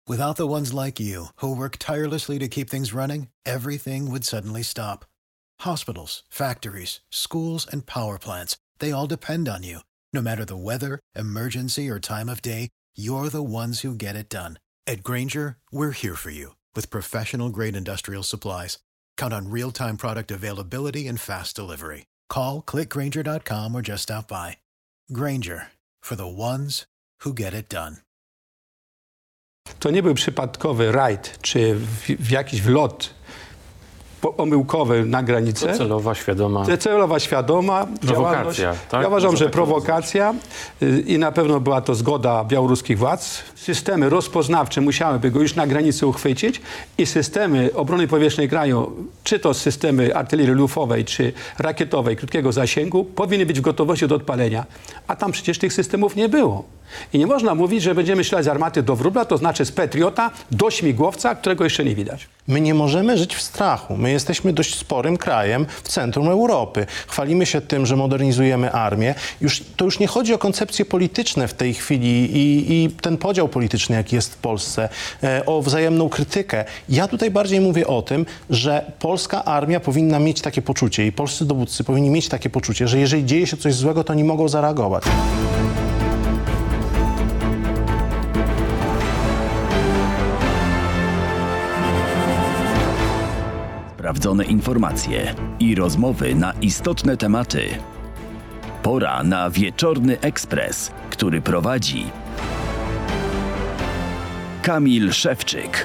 Without the ones like you, who work tirelessly to keep things running, everything would suddenly stop. Hospitals, factories, schools, and power plants, they all depend on you. No matter the weather, emergency, or time of day, you're the ones who get it done. At Grainger, we're here for you with professional-grade industrial supplies. Count on real-time product availability and fast delivery. Call, click Grainger.com, or just stop by. Grainger, for the ones who get it done. To nie był przypadkowy rajd, czy jakiś wlot omyłkowy na granicę. To celowa, świadoma prowokacja. Tak? Ja uważam, że prowokacja i na pewno była to zgoda białoruskich władz. Systemy rozpoznawcze musiałyby go już na granicy uchwycić i systemy obrony powietrznej kraju, czy to systemy artylerii lufowej, czy rakietowej krótkiego zasięgu, powinny być w gotowości do odpalenia. A tam przecież tych systemów nie było. I nie można mówić, że będziemy strzelać z armaty do wróbla, to znaczy z Patriota do śmigłowca, którego jeszcze nie widać. My nie możemy żyć w strachu. My jesteśmy dość sporym krajem w centrum Europy. Chwalimy się tym, że modernizujemy armię. To już nie chodzi o koncepcje polityczne w tej chwili i ten podział polityczny, jaki jest w Polsce, o wzajemną krytykę. Ja tutaj bardziej mówię o tym, że polska armia powinna mieć takie poczucie i polscy dowódcy powinni mieć takie poczucie, że jeżeli dzieje się coś złego, to oni mogą zareagować. Sprawdzone informacje i rozmowy na istotne tematy. Pora na Wieczorny Ekspres, który prowadzi Kamil Szewczyk.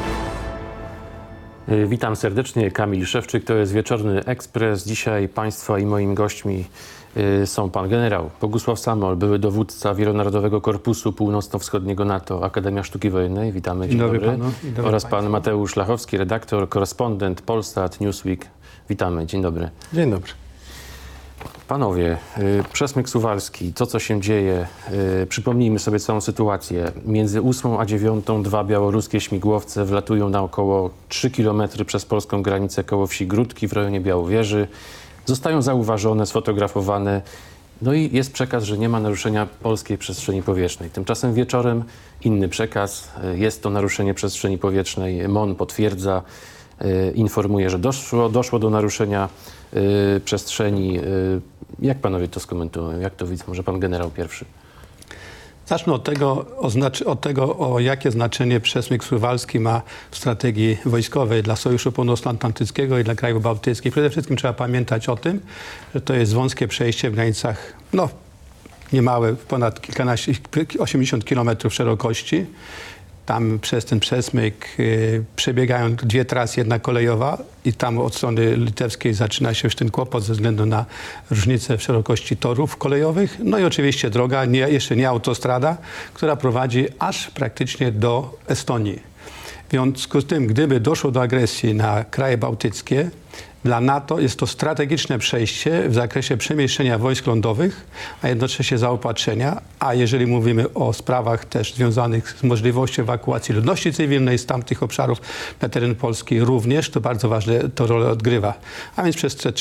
Witam serdecznie, Kamil Szewczyk, to jest Wieczorny Ekspres. Dzisiaj Państwa i moimi gośćmi są pan generał Bogusław Samol, były dowódca Wielonarodowego Korpusu Północno-Wschodniego NATO, Akademia Sztuki Wojennej. Witamy, dzień dobry. Panu. Oraz pan Mateusz Lachowski, redaktor, korespondent Polsat, Newsweek. Witamy, dzień dobry. Dzień dobry. Panowie, przesmyk suwalski, to co się dzieje, przypomnijmy sobie całą sytuację. Między 8 a 9 dwa białoruskie śmigłowce wlatują na około 3 km przez polską granicę koło wsi Gródki w rejonie Białowieży. Zostają zauważone, sfotografowane, no i jest przekaz, że nie ma naruszenia polskiej przestrzeni powietrznej. Tymczasem wieczorem inny przekaz, jest to naruszenie przestrzeni powietrznej. MON potwierdza, informuje, że doszło do naruszenia przestrzeni. Jak panowie to skomentują? Jak to widzą? Może pan generał pierwszy? Zacznę od tego, o jakie znaczenie przesmyk suwalski ma w strategii wojskowej dla Sojuszu Północnoatlantyckiego i dla krajów bałtyckich. Przede wszystkim trzeba pamiętać o tym, że to jest wąskie przejście w granicach, niemałe, ponad 80 km szerokości. Tam przez ten przesmyk przebiegają dwie trasy, jedna kolejowa i tam od strony litewskiej zaczyna się już ten kłopot ze względu na różnicę w szerokości torów kolejowych. No i oczywiście droga, jeszcze nie autostrada, która prowadzi aż praktycznie do Estonii. W związku z tym, gdyby doszło do agresji na kraje bałtyckie, dla NATO jest to strategiczne przejście w zakresie przemieszczenia wojsk lądowych, a jednocześnie zaopatrzenia. A jeżeli mówimy o sprawach też związanych z możliwością ewakuacji ludności cywilnej z tamtych obszarów na teren Polski również, to bardzo ważne to rolę odgrywa. A więc przez te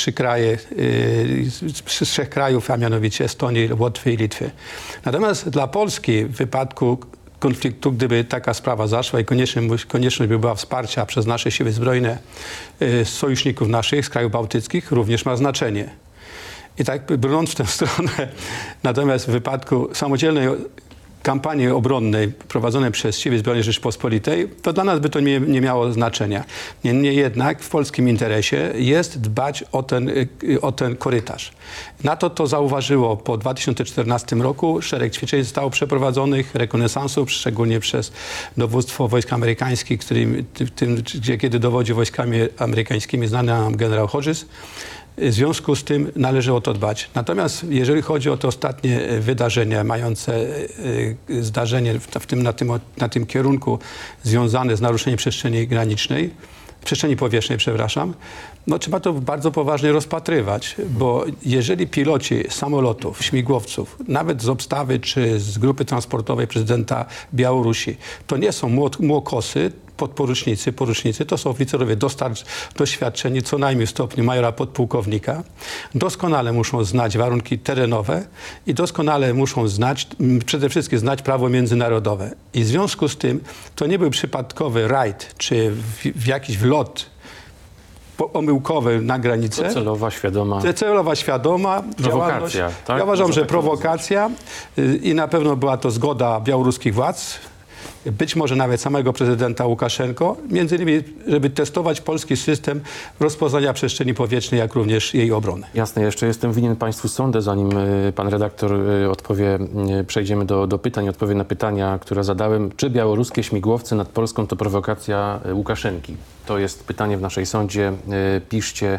z trzech krajów, a mianowicie Estonii, Łotwy i Litwy. Natomiast dla Polski w wypadku konfliktu, gdyby taka sprawa zaszła i konieczność by była wsparcia przez nasze siły zbrojne sojuszników naszych z krajów bałtyckich, również ma znaczenie. I tak brnąc w tę stronę, natomiast w wypadku samodzielnej kampanii obronnej prowadzonej przez Siły Zbrojne Rzeczypospolitej, to dla nas by to nie miało znaczenia. Niemniej jednak w polskim interesie jest dbać o ten korytarz. NATO to zauważyło po 2014 roku. Szereg ćwiczeń zostało przeprowadzonych, rekonesansów, szczególnie przez dowództwo wojsk amerykańskich, kiedy dowodzi wojskami amerykańskimi znany nam generał Hodges. W związku z tym należy o to dbać. Natomiast jeżeli chodzi o te ostatnie wydarzenia mające zdarzenie na tym kierunku związane z naruszeniem przestrzeni granicznej, przestrzeni powietrznej, trzeba to bardzo poważnie rozpatrywać, bo jeżeli piloci samolotów, śmigłowców, nawet z obstawy czy z grupy transportowej prezydenta Białorusi, to nie są młokosy, podporucznicy, porucznicy, to są oficerowie doświadczeni co najmniej w stopniu majora podpułkownika. Doskonale muszą znać warunki terenowe i doskonale muszą znać, przede wszystkim znać prawo międzynarodowe. I w związku z tym to nie był przypadkowy rajd, czy jakiś wlot omyłkowy na granicę. Celowa, świadoma. Celowa, świadoma działalność. Tak? Ja uważam, że tak prowokacja i na pewno była to zgoda białoruskich władz, być może nawet samego prezydenta Łukaszenko, między innymi, żeby testować polski system rozpoznania przestrzeni powietrznej, jak również jej obrony. Jasne, jeszcze jestem winien Państwu sądę, zanim pan redaktor odpowie, przejdziemy do pytań, odpowie na pytania, które zadałem. Czy białoruskie śmigłowce nad Polską to prowokacja Łukaszenki? To jest pytanie w naszej sądzie. Piszcie,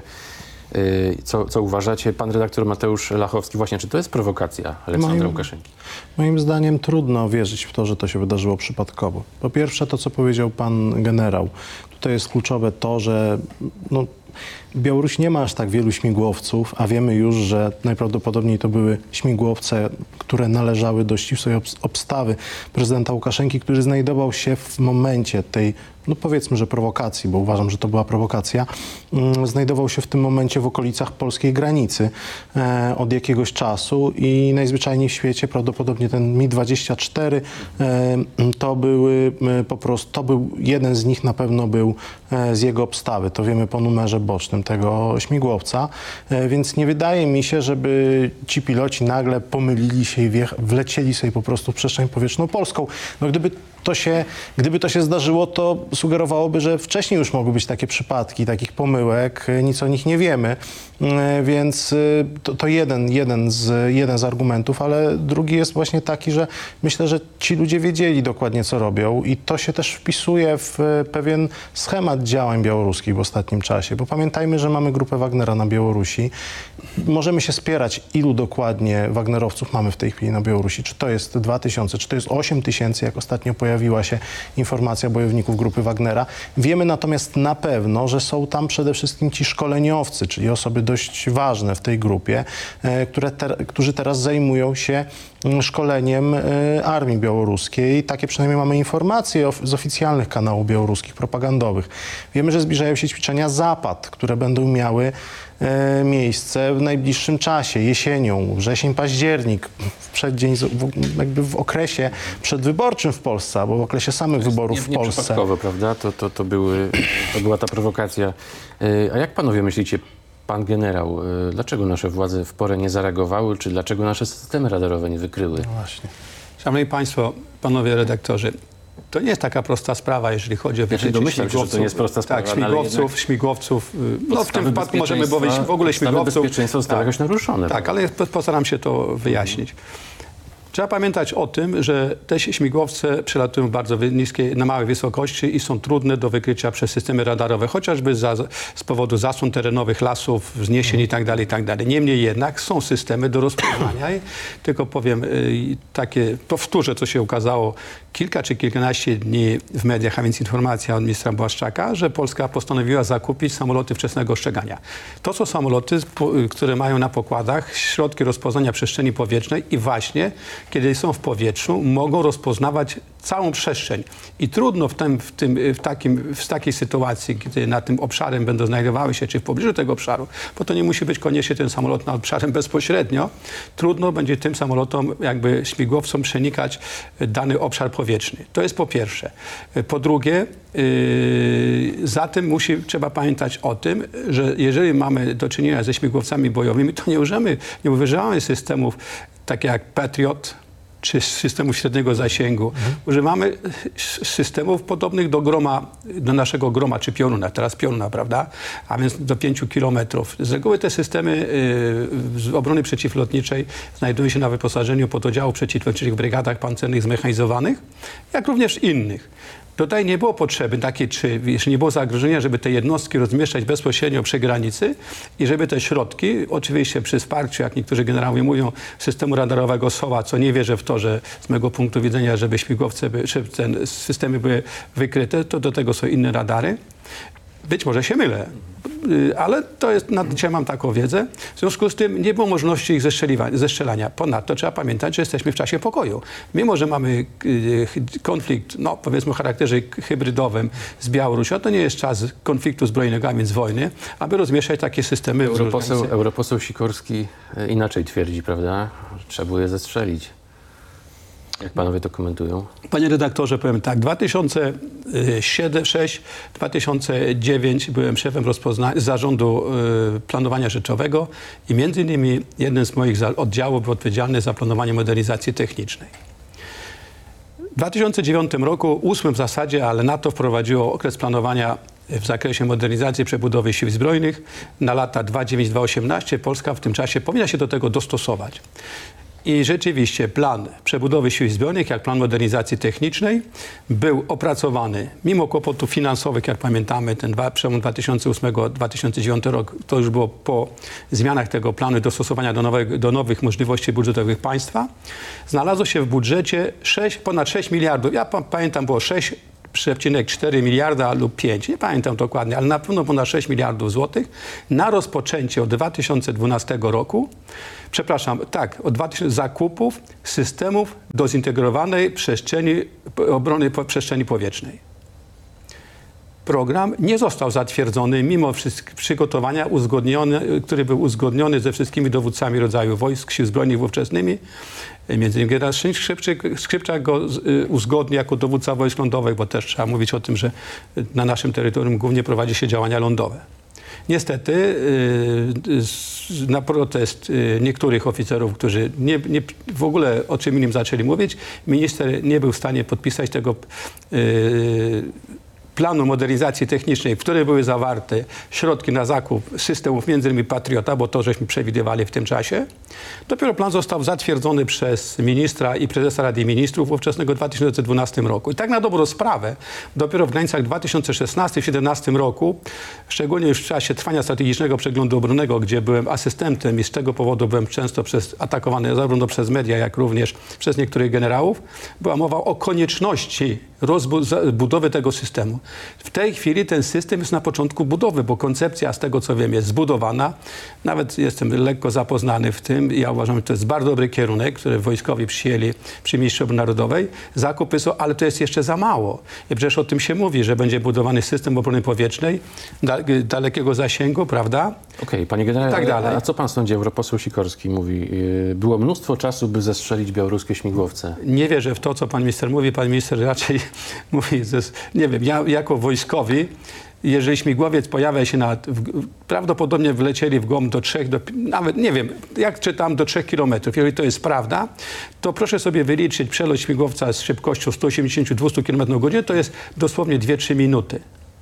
co uważacie. Pan redaktor Mateusz Lachowski, właśnie, czy to jest prowokacja Aleksandra Łukaszenki? Moim zdaniem trudno wierzyć w to, że to się wydarzyło przypadkowo. Po pierwsze, to co powiedział pan generał. Tutaj jest kluczowe to, że Białoruś nie ma aż tak wielu śmigłowców, a wiemy już, że najprawdopodobniej to były śmigłowce, które należały do ścisłej obstawy prezydenta Łukaszenki, który znajdował się w momencie tej, powiedzmy, że prowokacji, bo uważam, że to była prowokacja, znajdował się w tym momencie w okolicach polskiej granicy od jakiegoś czasu i najzwyczajniej w świecie prawdopodobnie ten Mi-24 to był jeden z nich, na pewno był z jego obstawy. To wiemy po numerze bocznym tego śmigłowca, więc nie wydaje mi się, żeby ci piloci nagle pomylili się i wlecieli sobie po prostu w przestrzeń powietrzną polską. Gdyby to się zdarzyło, to sugerowałoby, że wcześniej już mogły być takie przypadki, takich pomyłek, nic o nich nie wiemy, więc to jeden z argumentów, ale drugi jest właśnie taki, że myślę, że ci ludzie wiedzieli dokładnie, co robią i to się też wpisuje w pewien schemat działań białoruskich w ostatnim czasie, bo pamiętajmy, że mamy grupę Wagnera na Białorusi. Możemy się spierać, ilu dokładnie Wagnerowców mamy w tej chwili na Białorusi, czy to jest 2000, czy to jest 8000, jak ostatnio pojawiła się informacja bojowników grupy Wagnera. Wiemy natomiast na pewno, że są tam przede wszystkim ci szkoleniowcy, czyli osoby dość ważne w tej grupie, którzy teraz zajmują się szkoleniem armii białoruskiej. Takie przynajmniej mamy informacje z oficjalnych kanałów białoruskich, propagandowych. Wiemy, że zbliżają się ćwiczenia Zapad, które będą miały miejsce w najbliższym czasie, jesienią, wrzesień, październik, w okresie przedwyborczym w Polsce, albo w okresie samych wyborów w Polsce. Nieprzypadkowo, prawda? To była ta prowokacja. A jak panowie myślicie, pan generał, dlaczego nasze władze w porę nie zareagowały, czy dlaczego nasze systemy radarowe nie wykryły? No właśnie. Szanowni Państwo, panowie redaktorzy, to nie jest taka prosta sprawa, jeżeli chodzi o wykrycie śmigłowców. To nie jest prosta sprawa. Tak, śmigłowców. W tym wypadku możemy powiedzieć w ogóle śmigłowców. Bezpieczeństwo zostało jakoś naruszone. Tak, ale postaram się to wyjaśnić. Trzeba pamiętać o tym, że te śmigłowce przelatują w bardzo niskie, na małej wysokości i są trudne do wykrycia przez systemy radarowe, chociażby z powodu zasłon terenowych, lasów, wzniesień itd., itd. Niemniej jednak są systemy do rozpoznania i tylko powiem powtórzę, co się ukazało kilka czy kilkanaście dni w mediach, a więc informacja od ministra Błaszczaka, że Polska postanowiła zakupić samoloty wczesnego ostrzegania. To są samoloty, które mają na pokładach środki rozpoznania przestrzeni powietrznej i właśnie kiedy są w powietrzu, mogą rozpoznawać całą przestrzeń. I trudno w takiej sytuacji, kiedy na tym obszarem będą znajdowały się, czy w pobliżu tego obszaru, bo to nie musi być koniecznie ten samolot nad obszarem bezpośrednio, trudno będzie tym samolotom, śmigłowcom przenikać dany obszar powietrzny. To jest po pierwsze. Po drugie, zatem trzeba pamiętać o tym, że jeżeli mamy do czynienia ze śmigłowcami bojowymi, to nie używamy systemów takie jak Patriot, czy systemu średniego zasięgu. Używamy systemów podobnych do naszego Groma, czy Pioruna, teraz Pioruna, prawda? A więc do 5 kilometrów. Z reguły te systemy obrony przeciwlotniczej znajdują się na wyposażeniu pododdziałów przeciwlotniczych w brygadach pancernych zmechanizowanych, jak również innych. Tutaj nie było potrzeby takiej, jeśli nie było zagrożenia, żeby te jednostki rozmieszczać bezpośrednio przy granicy i żeby te środki, oczywiście przy wsparciu, jak niektórzy generałowie mówią, systemu radarowego SOA, co nie wierzę w to, że z mojego punktu widzenia, żeby śmigłowce, systemy były wykryte, to do tego są inne radary. Być może się mylę. ale to jest, dzisiaj mam taką wiedzę. W związku z tym nie było możliwości ich zestrzelania. Ponadto trzeba pamiętać, że jesteśmy w czasie pokoju. Mimo że mamy konflikt, no powiedzmy o charakterze hybrydowym z Białorusią, to nie jest czas konfliktu zbrojnego, a więc wojny, aby rozmieszać takie systemy. Europoseł Sikorski inaczej twierdzi, prawda? Trzeba było je zestrzelić. Jak panowie to komentują? Panie redaktorze, powiem tak, 2006-2009 byłem szefem zarządu planowania rzeczowego i między innymi jeden z moich oddziałów był odpowiedzialny za planowanie modernizacji technicznej. W 2009 roku, 8 w zasadzie, ale NATO wprowadziło okres planowania w zakresie modernizacji przebudowy sił zbrojnych na lata 2009-2018. Polska w tym czasie powinna się do tego dostosować. I rzeczywiście plan przebudowy sił zbrojnych, jak plan modernizacji technicznej, był opracowany mimo kłopotów finansowych, jak pamiętamy, ten przełom 2008-2009 rok, to już było po zmianach tego planu dostosowania do nowych możliwości budżetowych państwa. Znalazło się w budżecie ponad 6 miliardów, ja pamiętam, było 6,4 miliarda lub 5, nie pamiętam dokładnie, ale na pewno ponad 6 miliardów złotych na rozpoczęcie od 2012 roku, od zakupów systemów do zintegrowanej obrony przestrzeni powietrznej. Program nie został zatwierdzony mimo przygotowania, który był uzgodniony ze wszystkimi dowódcami rodzaju wojsk, sił zbrojnych ówczesnymi. Między innymi generał Skrzypczak go uzgodnił jako dowódca wojsk lądowych, bo też trzeba mówić o tym, że na naszym terytorium głównie prowadzi się działania lądowe. Niestety na protest niektórych oficerów, którzy w ogóle o czym innym zaczęli mówić, minister nie był w stanie podpisać tego planu modernizacji technicznej, w której były zawarte środki na zakup systemów, między innymi Patriota, bo to żeśmy przewidywali w tym czasie. Dopiero plan został zatwierdzony przez ministra i prezesa Rady Ministrów ówczesnego w 2012 roku. I tak na dobrą sprawę, dopiero w granicach 2016-2017 roku, szczególnie już w czasie trwania strategicznego przeglądu obronnego, gdzie byłem asystentem i z tego powodu byłem często atakowany zarówno przez media, jak również przez niektórych generałów, była mowa o konieczności budowy tego systemu. W tej chwili ten system jest na początku budowy, bo koncepcja, z tego co wiem, jest zbudowana. Nawet jestem lekko zapoznany w tym. Ja uważam, że to jest bardzo dobry kierunek, który wojskowi przyjęli przy Ministrze Obrony Narodowej. Zakupy są, ale to jest jeszcze za mało. I przecież o tym się mówi, że będzie budowany system obrony powietrznej dalekiego zasięgu, prawda? Okej, panie generale, tak dalej. A co pan sądzi? Europoseł Sikorski mówi, było mnóstwo czasu, by zestrzelić białoruskie śmigłowce. Nie wierzę w to, co pan minister mówi. Pan minister raczej mówi, nie wiem, ja jako wojskowi, jeżeli śmigłowiec pojawia się prawdopodobnie wlecieli w GOM do 3, nawet nie wiem, jak czytam, do 3 kilometrów. Jeżeli to jest prawda, to proszę sobie wyliczyć przelot śmigłowca z szybkością 180-200 km na godzinę, to jest dosłownie 2-3 minuty.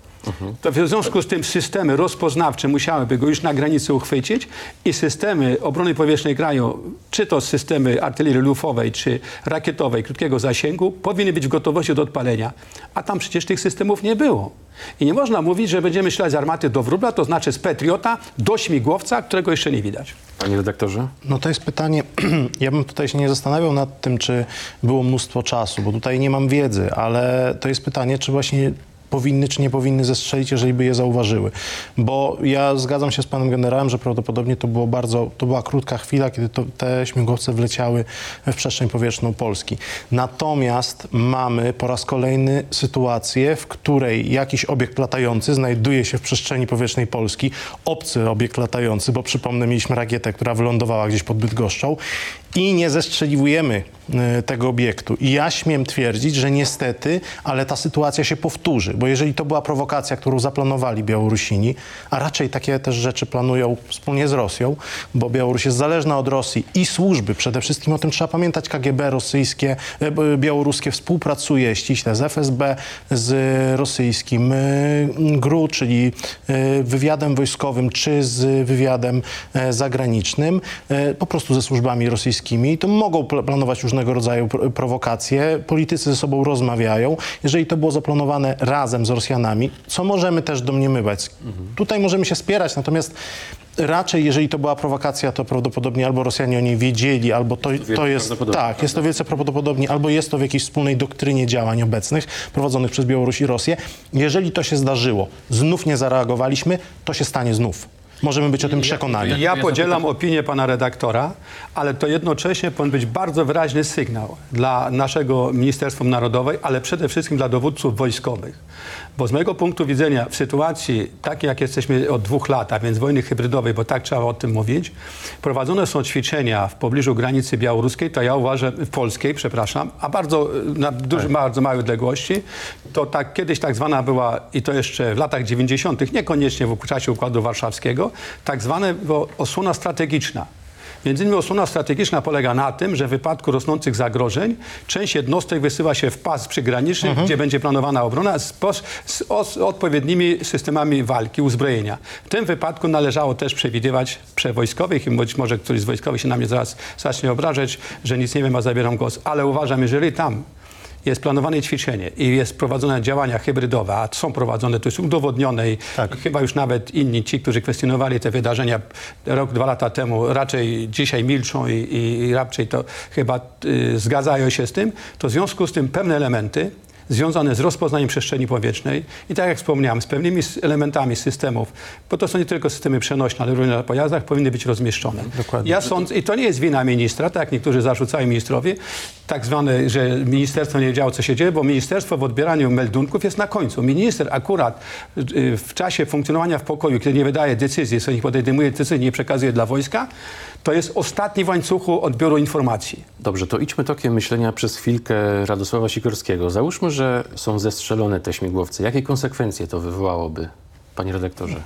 To w związku z tym systemy rozpoznawcze musiałyby go już na granicy uchwycić i systemy obrony powietrznej kraju, czy to systemy artylerii lufowej, czy rakietowej krótkiego zasięgu, powinny być w gotowości do odpalenia. A tam przecież tych systemów nie było. I nie można mówić, że będziemy strzelać z armaty do wróbla, to znaczy z Patriota do śmigłowca, którego jeszcze nie widać. Panie redaktorze? No to jest pytanie, ja bym tutaj się nie zastanawiał nad tym, czy było mnóstwo czasu, bo tutaj nie mam wiedzy, ale to jest pytanie, czy właśnie powinny czy nie powinny zestrzelić, jeżeli by je zauważyły. Bo ja zgadzam się z panem generałem, że prawdopodobnie to była krótka chwila, kiedy te śmigłowce wleciały w przestrzeń powietrzną Polski. Natomiast mamy po raz kolejny sytuację, w której jakiś obiekt latający znajduje się w przestrzeni powietrznej Polski, obcy obiekt latający, bo przypomnę, mieliśmy rakietę, która wylądowała gdzieś pod Bydgoszczą i nie zestrzeliwujemy tego obiektu. I ja śmiem twierdzić, że niestety, ale ta sytuacja się powtórzy, bo jeżeli to była prowokacja, którą zaplanowali Białorusini, a raczej takie też rzeczy planują wspólnie z Rosją, bo Białoruś jest zależna od Rosji i służby, przede wszystkim o tym trzeba pamiętać, KGB rosyjskie, białoruskie współpracuje ściśle z FSB, z rosyjskim GRU, czyli wywiadem wojskowym, czy z wywiadem zagranicznym, po prostu ze służbami rosyjskimi bliskimi i to mogą planować różnego rodzaju prowokacje. Politycy ze sobą rozmawiają. Jeżeli to było zaplanowane razem z Rosjanami, co możemy też domniemywać. Tutaj możemy się spierać, natomiast raczej, jeżeli to była prowokacja, to prawdopodobnie albo Rosjanie o niej wiedzieli, albo to jest... Tak, jest to wielce prawdopodobnie, albo jest to w jakiejś wspólnej doktrynie działań obecnych, prowadzonych przez Białoruś i Rosję. Jeżeli to się zdarzyło, znów nie zareagowaliśmy, to się stanie znów. Możemy być o tym przekonani. Ja podzielam opinię pana redaktora, ale to jednocześnie powinien być bardzo wyraźny sygnał dla naszego Ministerstwa Narodowej, ale przede wszystkim dla dowódców wojskowych. Bo z mojego punktu widzenia w sytuacji takiej, jak jesteśmy od 2 lat, a więc wojny hybrydowej, bo tak trzeba o tym mówić, prowadzone są ćwiczenia w pobliżu granicy białoruskiej, to ja uważam, polskiej, przepraszam, a bardzo na bardzo małej odległości, to tak kiedyś tak zwana była, i to jeszcze w latach 90., niekoniecznie w czasie Układu Warszawskiego, tak zwana osłona strategiczna. Między innymi osłona strategiczna polega na tym, że w wypadku rosnących zagrożeń część jednostek wysyła się w pas przygraniczny, gdzie będzie planowana obrona z odpowiednimi systemami walki, uzbrojenia. W tym wypadku należało też przewidywać wojskowych i być może któryś z wojskowych się na mnie zaraz zacznie obrażać, że nic nie wiem, a zabieram głos. Ale uważam, jeżeli tam jest planowane ćwiczenie i jest prowadzone działania hybrydowe, a są prowadzone, to jest udowodnione i chyba już nawet inni, ci, którzy kwestionowali te wydarzenia rok, 2 lata temu, raczej dzisiaj milczą i raczej to chyba zgadzają się z tym, to w związku z tym pewne elementy związane z rozpoznaniem przestrzeni powietrznej i tak jak wspomniałem, z pewnymi elementami systemów, bo to są nie tylko systemy przenośne, ale również na pojazdach, powinny być rozmieszczone. Dokładnie. Ja sądzę, i to nie jest wina ministra, tak jak niektórzy zarzucają ministrowi, tak zwane, że ministerstwo nie wiedziało, co się dzieje, bo ministerstwo w odbieraniu meldunków jest na końcu. Minister akurat w czasie funkcjonowania w pokoju, kiedy nie wydaje decyzji, sobie nie podejmuje decyzji, nie przekazuje dla wojska, to jest ostatni w łańcuchu odbioru informacji. Dobrze, to idźmy tokiem myślenia przez chwilkę Radosława Sikorskiego. Załóżmy, że są zestrzelone te śmigłowce. Jakie konsekwencje to wywołałoby, panie redaktorze?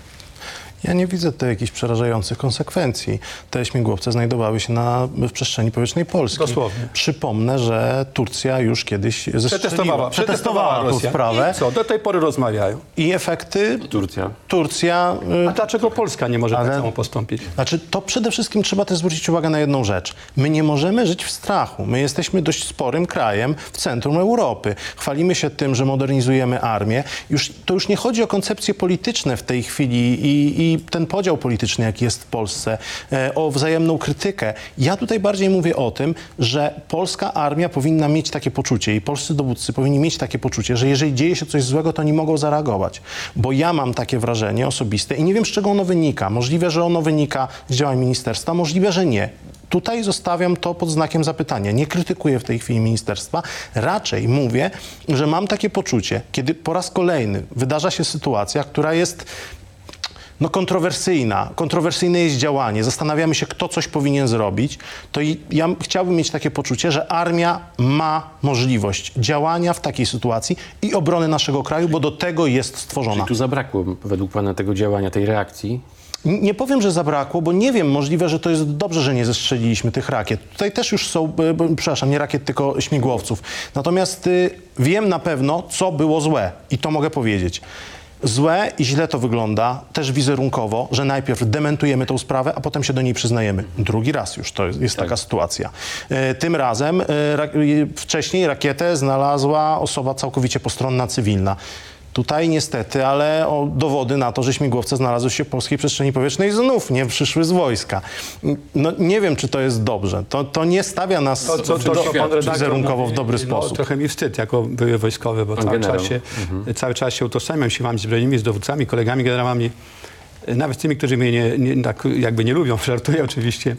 Ja nie widzę tutaj jakichś przerażających konsekwencji. Te śmigłowce znajdowały się w przestrzeni powietrznej Polskiej. Dosłownie. Przypomnę, że Turcja już kiedyś przetestowała tę sprawę. I co? Do tej pory rozmawiają. I efekty... Turcja. A dlaczego Polska nie może tak samo postąpić? Znaczy, to przede wszystkim trzeba też zwrócić uwagę na jedną rzecz. My nie możemy żyć w strachu. My jesteśmy dość sporym krajem w centrum Europy. Chwalimy się tym, że modernizujemy armię. To już nie chodzi o koncepcje polityczne w tej chwili i ten podział polityczny, jaki jest w Polsce, o wzajemną krytykę. Ja tutaj bardziej mówię o tym, że polska armia powinna mieć takie poczucie i polscy dowódcy powinni mieć takie poczucie, że jeżeli dzieje się coś złego, to oni mogą zareagować. Bo ja mam takie wrażenie osobiste i nie wiem, z czego ono wynika. Możliwe, że ono wynika z działań ministerstwa, możliwe, że nie. Tutaj zostawiam to pod znakiem zapytania. Nie krytykuję w tej chwili ministerstwa. Raczej mówię, że mam takie poczucie, kiedy po raz kolejny wydarza się sytuacja, która jest kontrowersyjna. Kontrowersyjne jest działanie. Zastanawiamy się, kto coś powinien zrobić. To ja chciałbym mieć takie poczucie, że armia ma możliwość działania w takiej sytuacji i obrony naszego kraju, bo do tego jest stworzona. Czyli tu zabrakło według pana tego działania, tej reakcji? Nie powiem, że zabrakło, bo nie wiem, możliwe, że to jest dobrze, że nie zestrzeliliśmy tych rakiet. Tutaj też już są, przepraszam, nie rakiet, tylko śmigłowców. Natomiast wiem na pewno, co było złe i to mogę powiedzieć. Złe i źle to wygląda, też wizerunkowo, że najpierw dementujemy tą sprawę, a potem się do niej przyznajemy. Drugi raz już to jest taka sytuacja. Tym razem wcześniej rakietę znalazła osoba całkowicie postronna, cywilna. Tutaj niestety, ale dowody na to, że śmigłowce znalazły się w polskiej przestrzeni powietrznej, znów nie przyszły z wojska. No, nie wiem, czy to jest dobrze. To nie stawia nas wizerunkowo w dobry sposób. Trochę mi wstyd jako były wojskowy, bo cały czas się utożsamiam siłami zbrojnymi, z dowódcami, kolegami, generałami, nawet z tymi, którzy mnie nie lubią, żartuję oczywiście.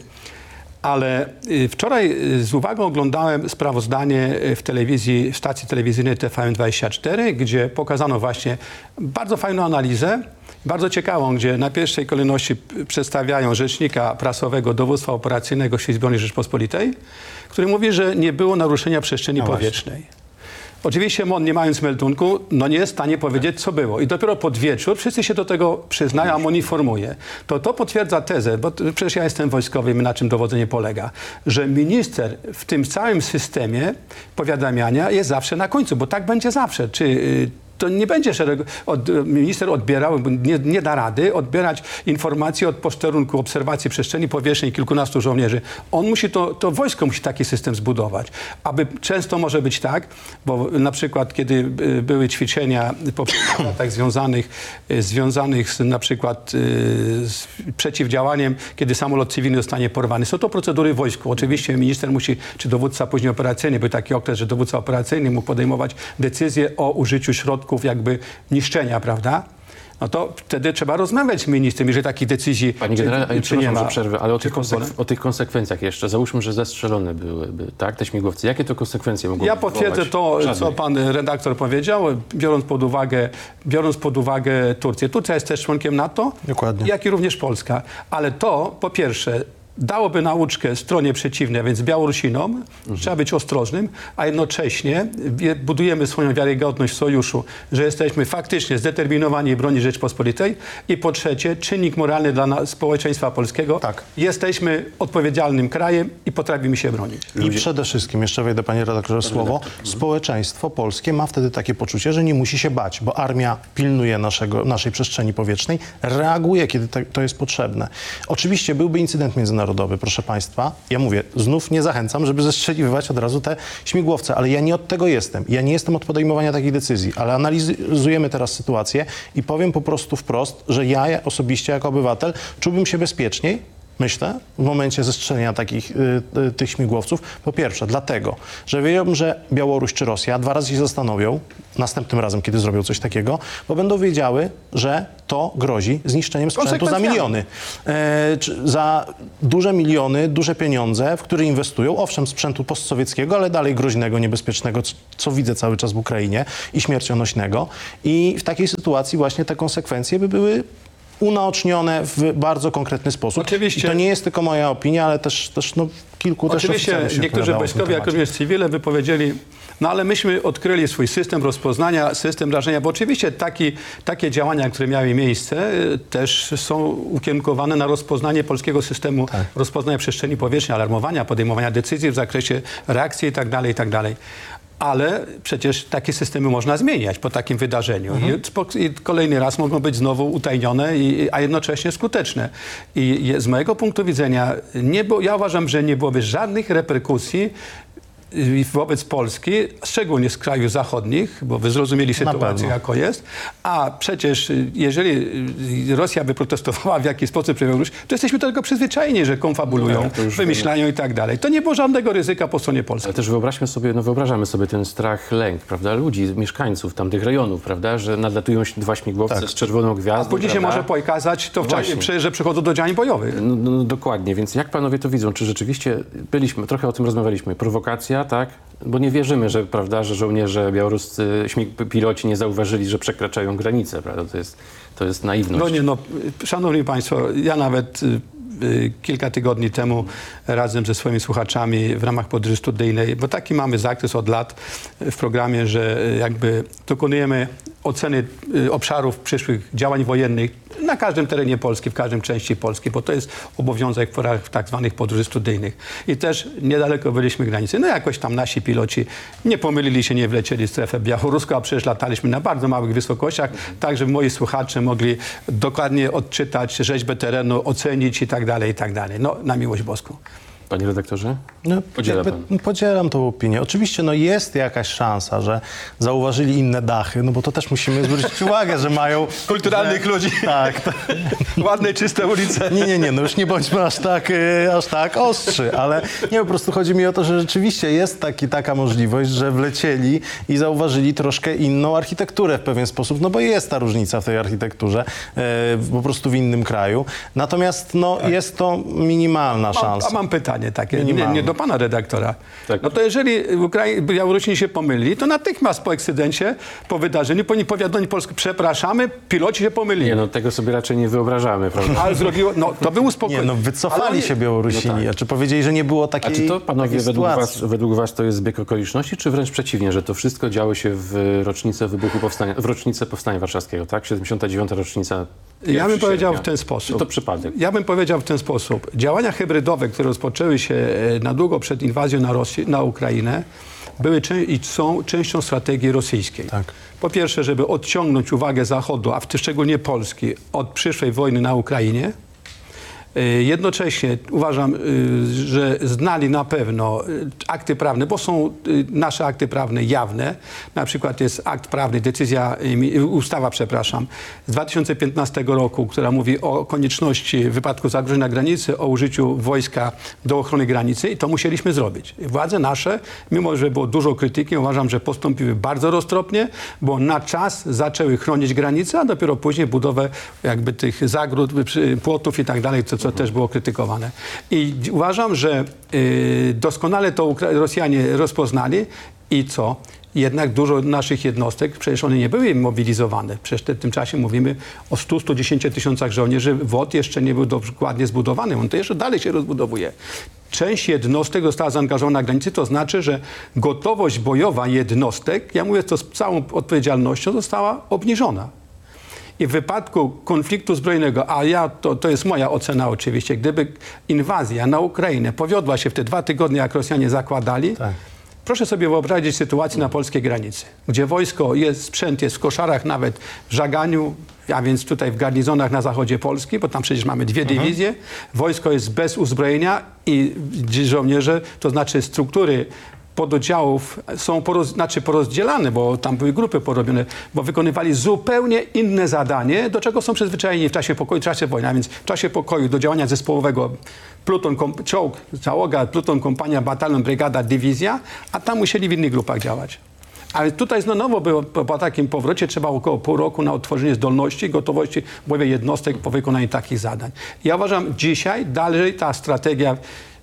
Ale wczoraj z uwagą oglądałem sprawozdanie w telewizji, w stacji telewizyjnej TVN24, gdzie pokazano właśnie bardzo fajną analizę, bardzo ciekawą, gdzie na pierwszej kolejności przedstawiają rzecznika prasowego Dowództwa Operacyjnego Sił Zbrojnych Rzeczypospolitej, który mówi, że nie było naruszenia przestrzeni powietrznej. Oczywiście MON, nie mając meldunku, nie jest w stanie powiedzieć, co było. I dopiero pod wieczór wszyscy się do tego przyznają, a MON informuje. To potwierdza tezę, bo przecież ja jestem wojskowy, na czym dowodzenie polega, że minister w tym całym systemie powiadamiania jest zawsze na końcu, bo tak będzie zawsze. to nie będzie minister odbierał, nie da rady odbierać informacji od posterunku obserwacji przestrzeni powietrznej kilkunastu żołnierzy. On musi to wojsko musi taki system zbudować. Aby często może być tak, bo na przykład kiedy były ćwiczenia po latach związanych na przykład z przeciwdziałaniem, kiedy samolot cywilny zostanie porwany. Są to procedury w wojsku. Oczywiście minister musi, czy dowódca później operacyjny, był taki okres, że dowódca operacyjny mógł podejmować decyzje o użyciu środków jakby niszczenia, prawda? No to wtedy trzeba rozmawiać z ministrem, jeżeli takich decyzji Panie generale, czy nie ma. Przerwę, ale o tych konsekwencjach jeszcze. Załóżmy, że zastrzelone byłyby, tak, te śmigłowce. Jakie to konsekwencje mogą być? Ja potwierdzę to, co pan redaktor powiedział, biorąc pod uwagę Turcję. Turcja jest też członkiem NATO, Dokładnie. jak i również Polska. Ale to, po pierwsze, dałoby nauczkę stronie przeciwnej, a więc Białorusinom, trzeba być ostrożnym, a jednocześnie budujemy swoją wiarygodność w sojuszu, że jesteśmy faktycznie zdeterminowani bronić Rzeczpospolitej i po trzecie, czynnik moralny dla społeczeństwa polskiego. Tak. Jesteśmy odpowiedzialnym krajem i potrafimy się bronić. I przede wszystkim, jeszcze wejdę panie redaktorze słowo, społeczeństwo polskie ma wtedy takie poczucie, że nie musi się bać, bo armia pilnuje naszej przestrzeni powietrznej, reaguje, kiedy to jest potrzebne. Oczywiście byłby incydent międzynarodowy, proszę państwa. Ja mówię, znów nie zachęcam, żeby zestrzeliwać od razu te śmigłowce, ale ja nie od tego jestem. Ja nie jestem od podejmowania takich decyzji, ale analizujemy teraz sytuację i powiem po prostu wprost, że ja osobiście jako obywatel czułbym się bezpieczniej, myślę, w momencie zestrzelenia tych śmigłowców. Po pierwsze, dlatego, że wiem, że Białoruś czy Rosja 2 razy się zastanowią, następnym razem, kiedy zrobią coś takiego, bo będą wiedziały, że to grozi zniszczeniem sprzętu za miliony. Za duże miliony, duże pieniądze, w które inwestują, owszem, sprzętu postsowieckiego, ale dalej groźnego, niebezpiecznego, co widzę cały czas w Ukrainie i śmiercionośnego. I w takiej sytuacji właśnie te konsekwencje by były unaocznione w bardzo konkretny sposób. Oczywiście. I to nie jest tylko moja opinia, ale też kilku Oczywiście też się niektórzy wojskowi, jak również cywile wypowiedzieli, no ale myśmy odkryli swój system rozpoznania, system rażenia, bo oczywiście takie działania, które miały miejsce, też są ukierunkowane na rozpoznanie polskiego systemu rozpoznania przestrzeni powietrznej, alarmowania, podejmowania decyzji w zakresie reakcji itd., itd. Ale przecież takie systemy można zmieniać po takim wydarzeniu. I kolejny raz mogą być znowu utajnione, a jednocześnie skuteczne. I z mojego punktu widzenia ja uważam, że nie byłoby żadnych reperkusji wobec Polski, szczególnie z krajów zachodnich, bo wy zrozumieli sytuację, jaka jest. A przecież jeżeli Rosja by protestowała w jakiś sposób przeciw Białorusi, to jesteśmy do tego przyzwyczajeni, że konfabulują, wymyślają i tak dalej. To nie było żadnego ryzyka po stronie polskiej. Ale też wyobrażamy sobie ten strach, lęk, prawda, ludzi, mieszkańców tamtych rejonów, prawda, że nadlatują 2 śmigłowce z czerwoną gwiazdą. A później się może pokazać to w czasie, że przychodzą do działań bojowych. No, dokładnie, więc jak panowie to widzą? Czy rzeczywiście trochę o tym rozmawialiśmy, prowokacja, tak? Bo nie wierzymy, że, prawda, że żołnierze białoruscy, piloci nie zauważyli, że przekraczają granicę, prawda? To jest naiwność. Szanowni państwo, ja nawet kilka tygodni temu razem ze swoimi słuchaczami w ramach podróży studyjnej, bo taki mamy zakres od lat w programie, że jakby dokonujemy oceny obszarów przyszłych działań wojennych na każdym terenie Polski, w każdym części Polski, bo to jest obowiązek w porach tak zwanych podróży studyjnych. I też niedaleko byliśmy granicy. No jakoś tam nasi piloci nie pomylili się, nie wlecieli w strefę białoruską, a przecież lataliśmy na bardzo małych wysokościach, tak żeby moi słuchacze mogli dokładnie odczytać rzeźbę terenu, ocenić i tak dalej, no na miłość boską. Panie redaktorze? Podzielam tą opinię. Oczywiście jest jakaś szansa, że zauważyli inne dachy, bo to też musimy zwrócić uwagę, że mają... Kulturalnych ludzi. Tak. Ładne, czyste ulice. Nie, już nie bądźmy aż tak ostrzy, ale nie, po prostu chodzi mi o to, że rzeczywiście jest taka możliwość, że wlecieli i zauważyli troszkę inną architekturę w pewien sposób, bo jest ta różnica w tej architekturze, po prostu w innym kraju. Natomiast jest to minimalna szansa. A mam pytanie takie, nie do pana redaktora. Tak. No to jeżeli Białorusini się pomylili, to natychmiast po ekscydencie, po wydarzeniu powinni powiadomić Polskę, przepraszamy, piloci się pomylili. Nie, tego sobie raczej nie wyobrażamy, prawda? Ale zrobiło, to by uspokoiło. Nie, wycofali się Białorusini, czy powiedzieli, że nie było takiej sytuacji. A czy to, panowie, według was to jest zbieg okoliczności, czy wręcz przeciwnie, że to wszystko działo się w rocznicę Powstania Warszawskiego, tak? 79. rocznica. Ja bym powiedział w ten sposób. To przypadek. Ja bym powiedział w ten sposób. Działania hybrydowe, które rozpoczęły się na długo przed inwazją na Ukrainę, były i są częścią strategii rosyjskiej. Tak. Po pierwsze, żeby odciągnąć uwagę Zachodu, a szczególnie Polski, od przyszłej wojny na Ukrainie. Jednocześnie uważam, że znali na pewno akty prawne, bo są nasze akty prawne jawne. Na przykład jest akt prawny, ustawa z 2015 roku, która mówi o konieczności w wypadku zagrożenia granicy, o użyciu wojska do ochrony granicy i to musieliśmy zrobić. Władze nasze, mimo że było dużo krytyki, uważam, że postąpiły bardzo roztropnie, bo na czas zaczęły chronić granice, a dopiero później budowę jakby tych zagród, płotów i tak dalej, co też było krytykowane. I uważam, że doskonale to Rosjanie rozpoznali i co? Jednak dużo naszych jednostek, przecież one nie były mobilizowane. Przecież w tym czasie mówimy o 100-110 tysiącach żołnierzy. WOT jeszcze nie był dokładnie zbudowany. On to jeszcze dalej się rozbudowuje. Część jednostek została zaangażowana na granicy, to znaczy, że gotowość bojowa jednostek, ja mówię to z całą odpowiedzialnością, została obniżona. I w wypadku konfliktu zbrojnego, a to jest moja ocena oczywiście, gdyby inwazja na Ukrainę powiodła się w te 2 tygodnie, jak Rosjanie zakładali, tak. Proszę sobie wyobrazić sytuację na polskiej granicy, gdzie wojsko sprzęt jest w koszarach, nawet w Żaganiu, a więc tutaj w garnizonach na zachodzie Polski, bo tam przecież mamy 2 dywizje, wojsko jest bez uzbrojenia i żołnierze, to znaczy struktury pododdziałów są porozdzielane, bo tam były grupy porobione, bo wykonywali zupełnie inne zadanie, do czego są przyzwyczajeni w czasie pokoju, w czasie wojny. A więc w czasie pokoju do działania zespołowego pluton, czołg, załoga, pluton, kompania, batalion, brygada, dywizja, a tam musieli w innych grupach działać. Ale tutaj znowu było, po takim powrocie trzeba około pół roku na utworzenie zdolności, gotowości bojowej jednostek po wykonaniu takich zadań. Ja uważam, dzisiaj dalej ta strategia,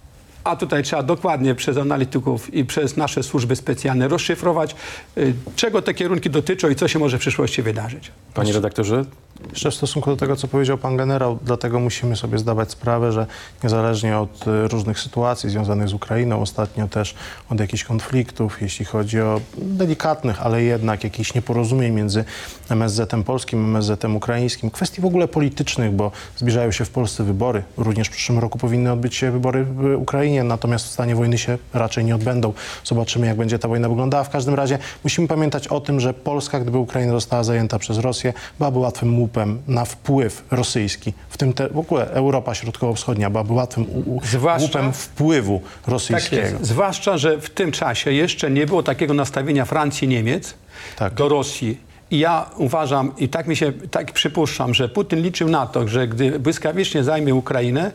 a tutaj trzeba dokładnie przez analityków i przez nasze służby specjalne rozszyfrować, czego te kierunki dotyczą i co się może w przyszłości wydarzyć. Panie redaktorze? Jeszcze w stosunku do tego, co powiedział pan generał, dlatego musimy sobie zdawać sprawę, że niezależnie od różnych sytuacji związanych z Ukrainą, ostatnio też od jakichś konfliktów, jeśli chodzi o delikatnych, ale jednak jakichś nieporozumień między MSZ-em polskim, MSZ-em ukraińskim, kwestii w ogóle politycznych, bo zbliżają się w Polsce wybory. Również w przyszłym roku powinny odbyć się wybory w Ukrainie, natomiast w stanie wojny się raczej nie odbędą. Zobaczymy, jak będzie ta wojna wyglądała. W każdym razie musimy pamiętać o tym, że Polska, gdyby Ukraina została zajęta przez Rosję, byłaby łatwym łupem na wpływ rosyjski, w tym w ogóle Europa Środkowo-Wschodnia byłaby łatwym łupem wpływu rosyjskiego. Tak jest. Zwłaszcza, że w tym czasie jeszcze nie było takiego nastawienia Francji i Niemiec do Rosji. I ja uważam, i tak przypuszczam, że Putin liczył na to, że gdy błyskawicznie zajmie Ukrainę,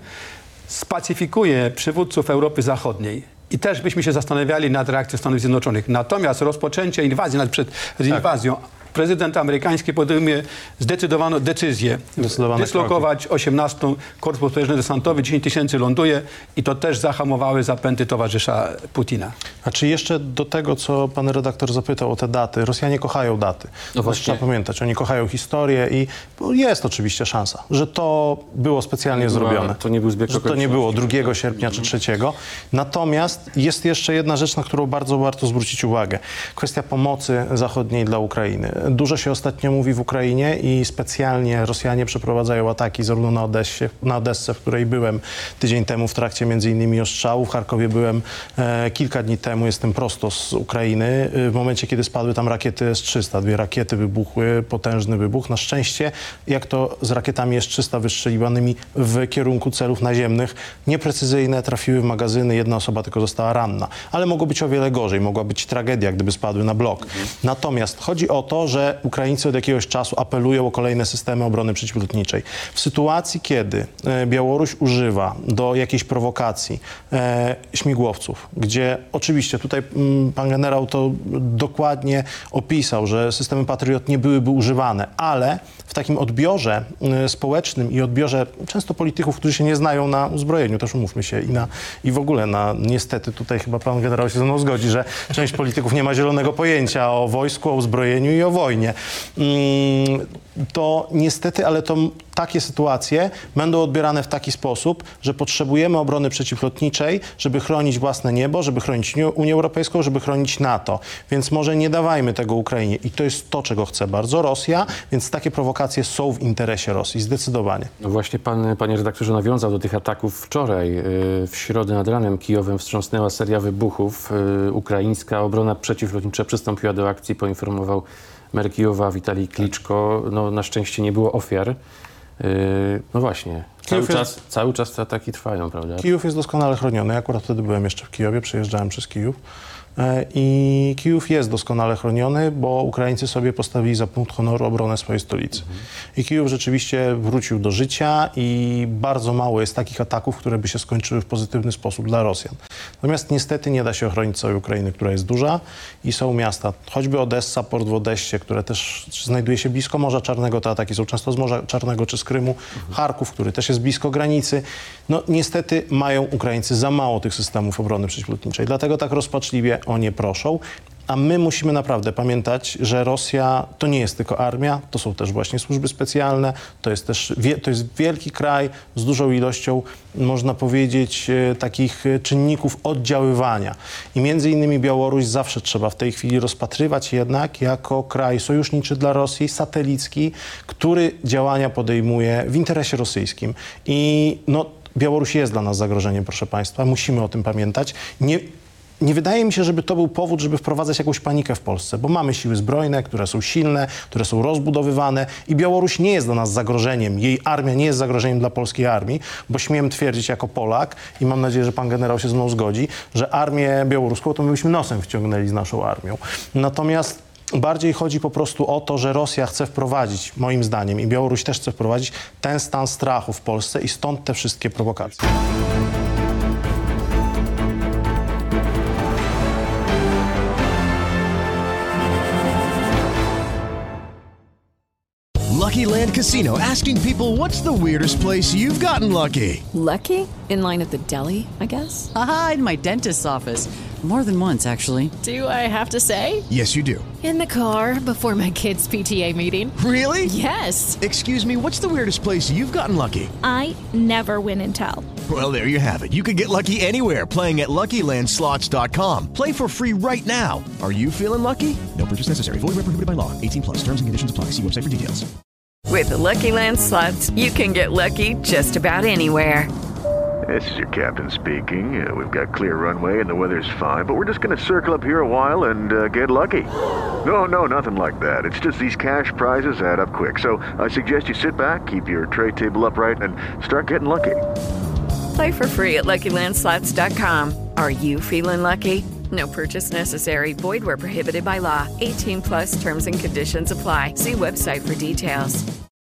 spacyfikuje przywódców Europy Zachodniej. I też byśmy się zastanawiali nad reakcją Stanów Zjednoczonych. Natomiast rozpoczęcie inwazji, nawet przed inwazją, prezydent amerykański podejmuje zdecydowaną decyzję dyslokować 18. Korpus Powietrzno-Desantowy, 10 tysięcy ląduje i to też zahamowały zapędy towarzysza Putina. A czy jeszcze do tego, co pan redaktor zapytał o te daty, Rosjanie kochają daty. No właśnie. Trzeba pamiętać, oni kochają historię i jest oczywiście szansa, że to było specjalnie zrobione. To nie był zbieg okoliczności. To nie było 2 sierpnia czy 3. Natomiast jest jeszcze jedna rzecz, na którą bardzo warto zwrócić uwagę. Kwestia pomocy zachodniej dla Ukrainy. Dużo się ostatnio mówi w Ukrainie i specjalnie Rosjanie przeprowadzają ataki zarówno na Odessę, w której byłem tydzień temu w trakcie między innymi ostrzałów. W Charkowie byłem kilka dni temu, jestem prosto z Ukrainy. W momencie, kiedy spadły tam rakiety S-300, 2 rakiety wybuchły, potężny wybuch. Na szczęście, jak to z rakietami S-300 wystrzeliwanymi w kierunku celów naziemnych, nieprecyzyjne, trafiły w magazyny, 1 osoba tylko została ranna. Ale mogło być o wiele gorzej, mogła być tragedia, gdyby spadły na blok. Natomiast chodzi o to, że Ukraińcy od jakiegoś czasu apelują o kolejne systemy obrony przeciwlotniczej. W sytuacji, kiedy Białoruś używa do jakiejś prowokacji śmigłowców, gdzie oczywiście tutaj pan generał to dokładnie opisał, że systemy Patriot nie byłyby używane, ale w takim odbiorze społecznym i odbiorze często polityków, którzy się nie znają na uzbrojeniu, też umówmy się, i w ogóle niestety tutaj chyba pan generał się ze mną zgodzi, że część polityków nie ma zielonego pojęcia o wojsku, o uzbrojeniu i o wojnie. To niestety, ale to takie sytuacje będą odbierane w taki sposób, że potrzebujemy obrony przeciwlotniczej, żeby chronić własne niebo, żeby chronić Unię Europejską, żeby chronić NATO. Więc może nie dawajmy tego Ukrainie. I to jest to, czego chce bardzo Rosja, więc takie prowokacje są w interesie Rosji, zdecydowanie. No właśnie panie redaktorze, nawiązał do tych ataków wczoraj. W środę nad ranem Kijowem wstrząsnęła seria wybuchów. Ukraińska obrona przeciwlotnicza przystąpiła do akcji, poinformował mer Kijowa Witalij Kliczko. No, na szczęście nie było ofiar. No właśnie, cały czas te ataki trwają, prawda? Kijów jest doskonale chroniony. Ja akurat wtedy byłem jeszcze w Kijowie, przejeżdżałem przez Kijów. I Kijów jest doskonale chroniony, bo Ukraińcy sobie postawili za punkt honoru obronę swojej stolicy. I Kijów rzeczywiście wrócił do życia i bardzo mało jest takich ataków, które by się skończyły w pozytywny sposób dla Rosjan. Natomiast niestety nie da się ochronić całej Ukrainy, która jest duża i są miasta, choćby Odessa, port w Odessie, które też znajduje się blisko Morza Czarnego, te ataki są często z Morza Czarnego czy z Krymu, Charków, który też jest blisko granicy. No niestety mają Ukraińcy za mało tych systemów obrony przeciwlotniczej, dlatego tak rozpaczliwie o nie proszą. A my musimy naprawdę pamiętać, że Rosja to nie jest tylko armia, to są też właśnie służby specjalne, to jest wielki kraj z dużą ilością, można powiedzieć, takich czynników oddziaływania. I między innymi Białoruś zawsze trzeba w tej chwili rozpatrywać jednak jako kraj sojuszniczy dla Rosji, satelicki, który działania podejmuje w interesie rosyjskim. I no, Białoruś jest dla nas zagrożeniem, proszę Państwa, musimy o tym pamiętać. Nie wydaje mi się, żeby to był powód, żeby wprowadzać jakąś panikę w Polsce, bo mamy siły zbrojne, które są silne, które są rozbudowywane i Białoruś nie jest dla nas zagrożeniem. Jej armia nie jest zagrożeniem dla polskiej armii, bo śmiem twierdzić jako Polak i mam nadzieję, że pan generał się ze mną zgodzi, że armię białoruską to my byśmy nosem wciągnęli z naszą armią. Natomiast bardziej chodzi po prostu o to, że Rosja chce wprowadzić, moim zdaniem, i Białoruś też chce wprowadzić ten stan strachu w Polsce i stąd te wszystkie prowokacje. Lucky Land Casino, asking people, what's the weirdest place you've gotten lucky? Lucky? In line at the deli, I guess? Aha, in my dentist's office. More than once, actually. Do I have to say? Yes, you do. In the car before my kids' PTA meeting. Really? Yes. Excuse me, what's the weirdest place you've gotten lucky? I never win and tell. Well, there you have it. You can get lucky anywhere, playing at LuckyLandSlots.com. Play for free right now. Are you feeling lucky? No purchase necessary. Void where prohibited by law. 18+. Terms and conditions apply. See website for details. With the Lucky Land Slots, you can get lucky just about anywhere. This is your captain speaking. We've got clear runway and the weather's fine, but we're just going to circle up here a while and get lucky. No, nothing like that. It's just these cash prizes add up quick. So I suggest you sit back, keep your tray table upright, and start getting lucky. Play for free at LuckyLandSlots.com. Are you feeling lucky? No purchase necessary. Void where prohibited by law. 18+ terms and conditions apply. See website for details.